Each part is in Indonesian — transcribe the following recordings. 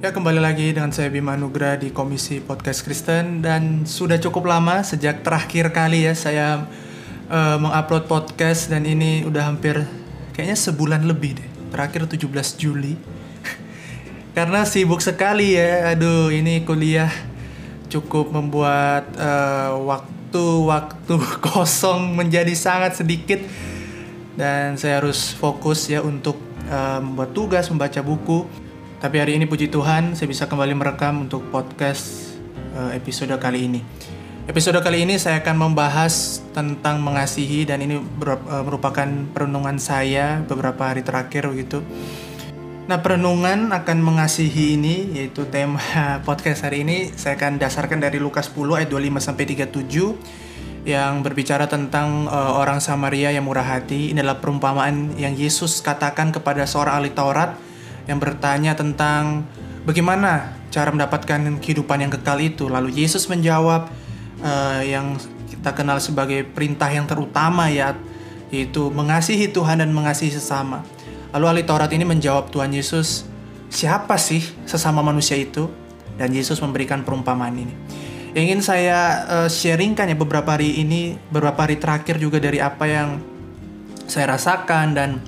Ya, kembali lagi dengan saya Bima Nugra di Komisi Podcast Kristen. Dan sudah cukup lama sejak terakhir kali ya saya mengupload podcast. Dan ini udah hampir kayaknya sebulan lebih deh. Terakhir 17 Juli. Karena sibuk sekali ya. Aduh, ini kuliah cukup membuat waktu kosong menjadi sangat sedikit. Dan saya harus fokus ya untuk membuat tugas, membaca buku. Tapi hari ini puji Tuhan saya bisa kembali merekam untuk podcast episode kali ini. Episode kali ini saya akan membahas tentang mengasihi, dan ini merupakan perenungan saya beberapa hari terakhir begitu. Nah, perenungan akan mengasihi ini, yaitu tema podcast hari ini, saya akan dasarkan dari Lukas 10 ayat 25-37 yang berbicara tentang orang Samaria yang murah hati. Ini adalah perumpamaan yang Yesus katakan kepada seorang ahli Taurat yang bertanya tentang bagaimana cara mendapatkan kehidupan yang kekal itu. Lalu Yesus menjawab yang kita kenal sebagai perintah yang terutama, yaitu mengasihi Tuhan dan mengasihi sesama. Lalu ahli Taurat ini menjawab Tuhan Yesus, siapa sih sesama manusia itu? Dan Yesus memberikan perumpamaan ini. Yang ingin saya sharingkan ya beberapa hari terakhir juga dari apa yang saya rasakan, dan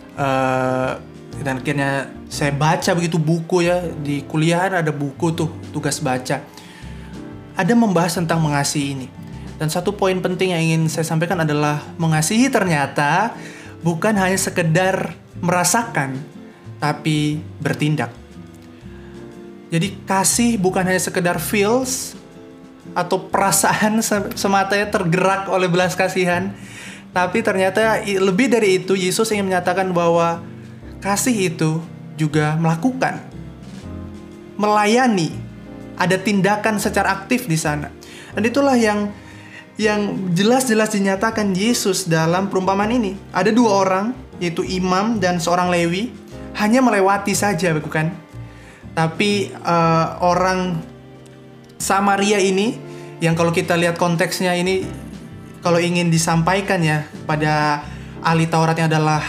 akhirnya saya baca begitu buku ya. Di kuliahan ada buku tuh, tugas baca. Ada membahas tentang mengasihi ini. Dan satu poin penting yang ingin saya sampaikan adalah mengasihi ternyata bukan hanya sekedar merasakan, tapi bertindak. Jadi kasih bukan hanya sekedar feels atau perasaan semata ya, tergerak oleh belas kasihan. Tapi ternyata lebih dari itu, Yesus ingin menyatakan bahwa kasih itu juga melakukan, melayani, ada tindakan secara aktif di sana. Dan itulah yang jelas-jelas dinyatakan Yesus dalam perumpamaan ini. Ada dua orang, yaitu imam dan seorang Lewi, hanya melewati saja, bukan? Tapi orang Samaria ini, yang kalau kita lihat konteksnya ini, kalau ingin disampaikan ya pada ahli Tauratnya adalah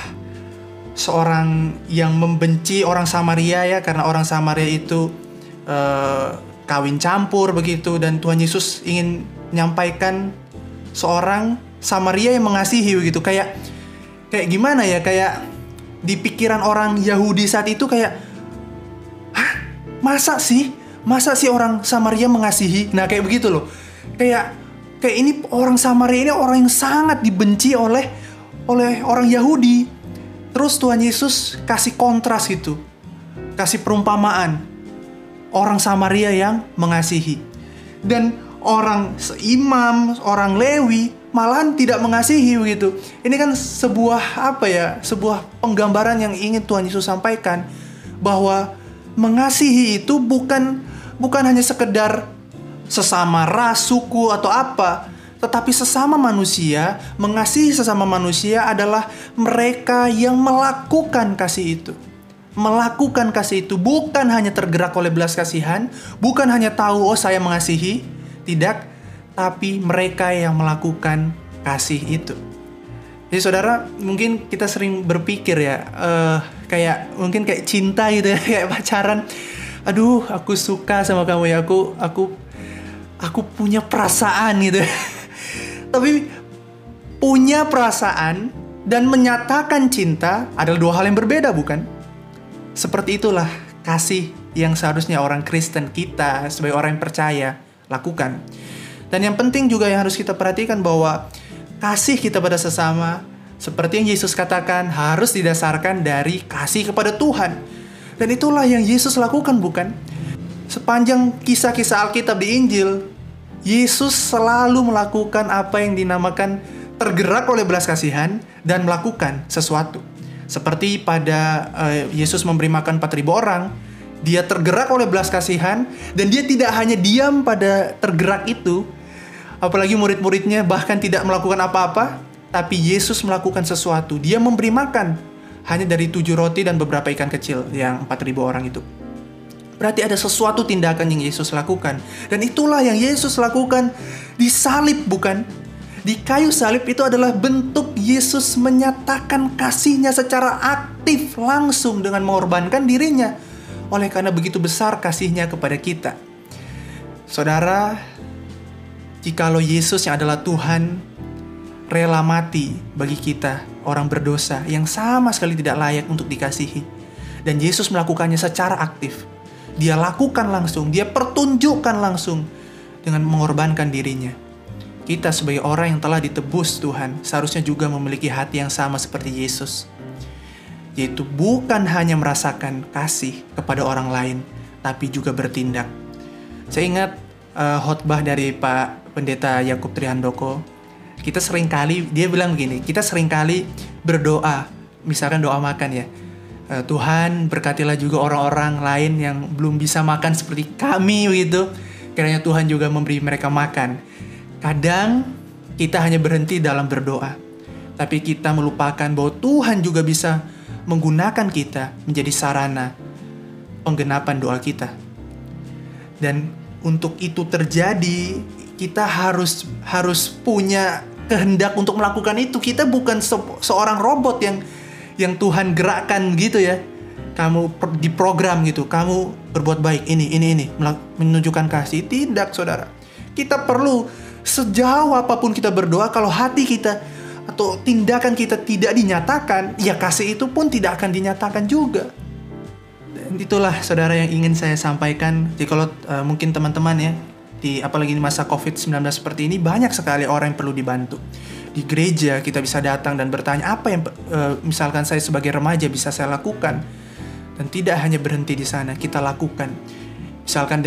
seorang yang membenci orang Samaria ya, karena orang Samaria itu kawin campur begitu. Dan Tuhan Yesus ingin menyampaikan seorang Samaria yang mengasihi begitu. Kayak gimana ya, kayak di pikiran orang Yahudi saat itu kayak, hah? Masa sih orang Samaria mengasihi? Nah, kayak begitu loh. Kayak ini orang Samaria ini orang yang sangat dibenci oleh orang Yahudi. Terus Tuhan Yesus kasih kontras gitu, kasih perumpamaan orang Samaria yang mengasihi. Dan orang imam, orang Lewi malahan tidak mengasihi begitu. Ini kan sebuah penggambaran yang ingin Tuhan Yesus sampaikan, bahwa mengasihi itu bukan hanya sekedar sesama ras, suku atau apa. Tetapi sesama manusia, mengasihi sesama manusia adalah mereka yang melakukan kasih itu. Melakukan kasih itu bukan hanya tergerak oleh belas kasihan, bukan hanya tahu, oh saya mengasihi, tidak, tapi mereka yang melakukan kasih itu. Jadi saudara, mungkin kita sering berpikir ya, kayak cinta gitu ya, kayak pacaran. Aduh, aku suka sama kamu ya, aku punya perasaan gitu. Tapi punya perasaan dan menyatakan cinta adalah dua hal yang berbeda, bukan? Seperti itulah kasih yang seharusnya orang Kristen, kita sebagai orang yang percaya, lakukan. Dan yang penting juga yang harus kita perhatikan bahwa kasih kita pada sesama, seperti yang Yesus katakan, harus didasarkan dari kasih kepada Tuhan. Dan itulah yang Yesus lakukan, bukan? Sepanjang kisah-kisah Alkitab di Injil, Yesus selalu melakukan apa yang dinamakan tergerak oleh belas kasihan dan melakukan sesuatu. Seperti pada Yesus memberi makan 4.000 orang, dia tergerak oleh belas kasihan, dan dia tidak hanya diam pada tergerak itu, apalagi murid-muridnya bahkan tidak melakukan apa-apa, tapi Yesus melakukan sesuatu. Dia memberi makan hanya dari 7 roti dan beberapa ikan kecil yang 4.000 orang itu. Berarti ada sesuatu tindakan yang Yesus lakukan. Dan itulah yang Yesus lakukan di salib, bukan? Di kayu salib itu adalah bentuk Yesus menyatakan kasihnya secara aktif langsung dengan mengorbankan dirinya. oleh karena begitu besar kasih-Nya kepada kita. Saudara, jikalau Yesus yang adalah Tuhan rela mati bagi kita, orang berdosa yang sama sekali tidak layak untuk dikasihi, dan Yesus melakukannya secara aktif, Dia lakukan langsung, Dia pertunjukkan langsung dengan mengorbankan dirinya. Kita sebagai orang yang telah ditebus Tuhan seharusnya juga memiliki hati yang sama seperti Yesus, yaitu bukan hanya merasakan kasih kepada orang lain, tapi juga bertindak. Saya ingat khotbah dari Pak Pendeta Yakub Trihandoko. Kita seringkali, dia bilang begini, kita seringkali berdoa, misalkan doa makan ya, Tuhan berkatilah juga orang-orang lain yang belum bisa makan seperti kami gitu, kiranya Tuhan juga memberi mereka makan. Kadang kita hanya berhenti dalam berdoa, tapi kita melupakan bahwa Tuhan juga bisa menggunakan kita menjadi sarana penggenapan doa kita. Dan untuk itu terjadi, kita harus punya kehendak untuk melakukan itu. Kita bukan seorang robot yang Tuhan gerakkan gitu ya. Kamu diprogram gitu, kamu berbuat baik, ini menunjukkan kasih. Tidak, saudara. Kita perlu sejauh apapun kita berdoa, kalau hati kita atau tindakan kita tidak dinyatakan, ya kasih itu pun tidak akan dinyatakan juga. Dan itulah saudara yang ingin saya sampaikan. Jadi kalau mungkin teman-teman ya, apalagi di masa COVID-19 seperti ini, banyak sekali orang yang perlu dibantu. Di gereja kita bisa datang dan bertanya apa yang misalkan saya sebagai remaja bisa saya lakukan. Dan tidak hanya berhenti di sana, kita lakukan. Misalkan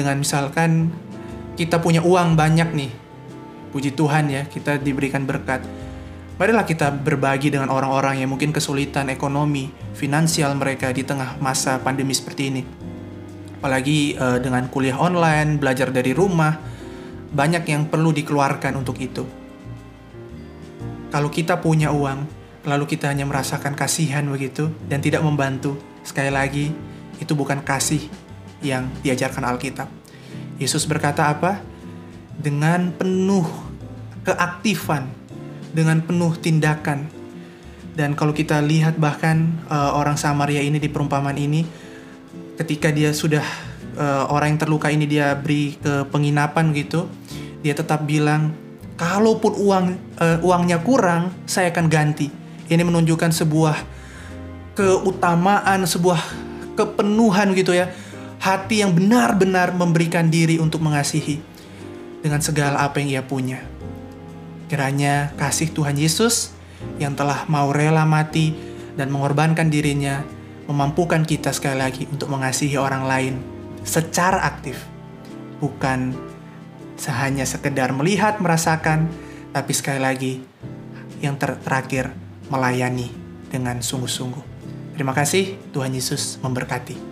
kita punya uang banyak nih, puji Tuhan ya, kita diberikan berkat. Marilah kita berbagi dengan orang-orang yang mungkin kesulitan ekonomi, finansial mereka di tengah masa pandemi seperti ini. Apalagi dengan kuliah online, belajar dari rumah, banyak yang perlu dikeluarkan untuk itu. Kalau kita punya uang, lalu kita hanya merasakan kasihan begitu, dan tidak membantu, sekali lagi, itu bukan kasih yang diajarkan Alkitab. Yesus berkata apa? Dengan penuh keaktifan, dengan penuh tindakan. Dan kalau kita lihat bahkan orang Samaria ini di perumpamaan ini, ketika dia sudah orang yang terluka ini dia beri ke penginapan gitu, dia tetap bilang, kalaupun uangnya kurang, saya akan ganti. Ini menunjukkan sebuah keutamaan, sebuah kepenuhan gitu ya, hati yang benar-benar memberikan diri untuk mengasihi dengan segala apa yang ia punya. Kiranya kasih Tuhan Yesus yang telah mau rela mati dan mengorbankan dirinya memampukan kita sekali lagi untuk mengasihi orang lain secara aktif. Bukan hanya sekedar melihat, merasakan, tapi sekali lagi yang terakhir melayani dengan sungguh-sungguh. Terima kasih, Tuhan Yesus memberkati.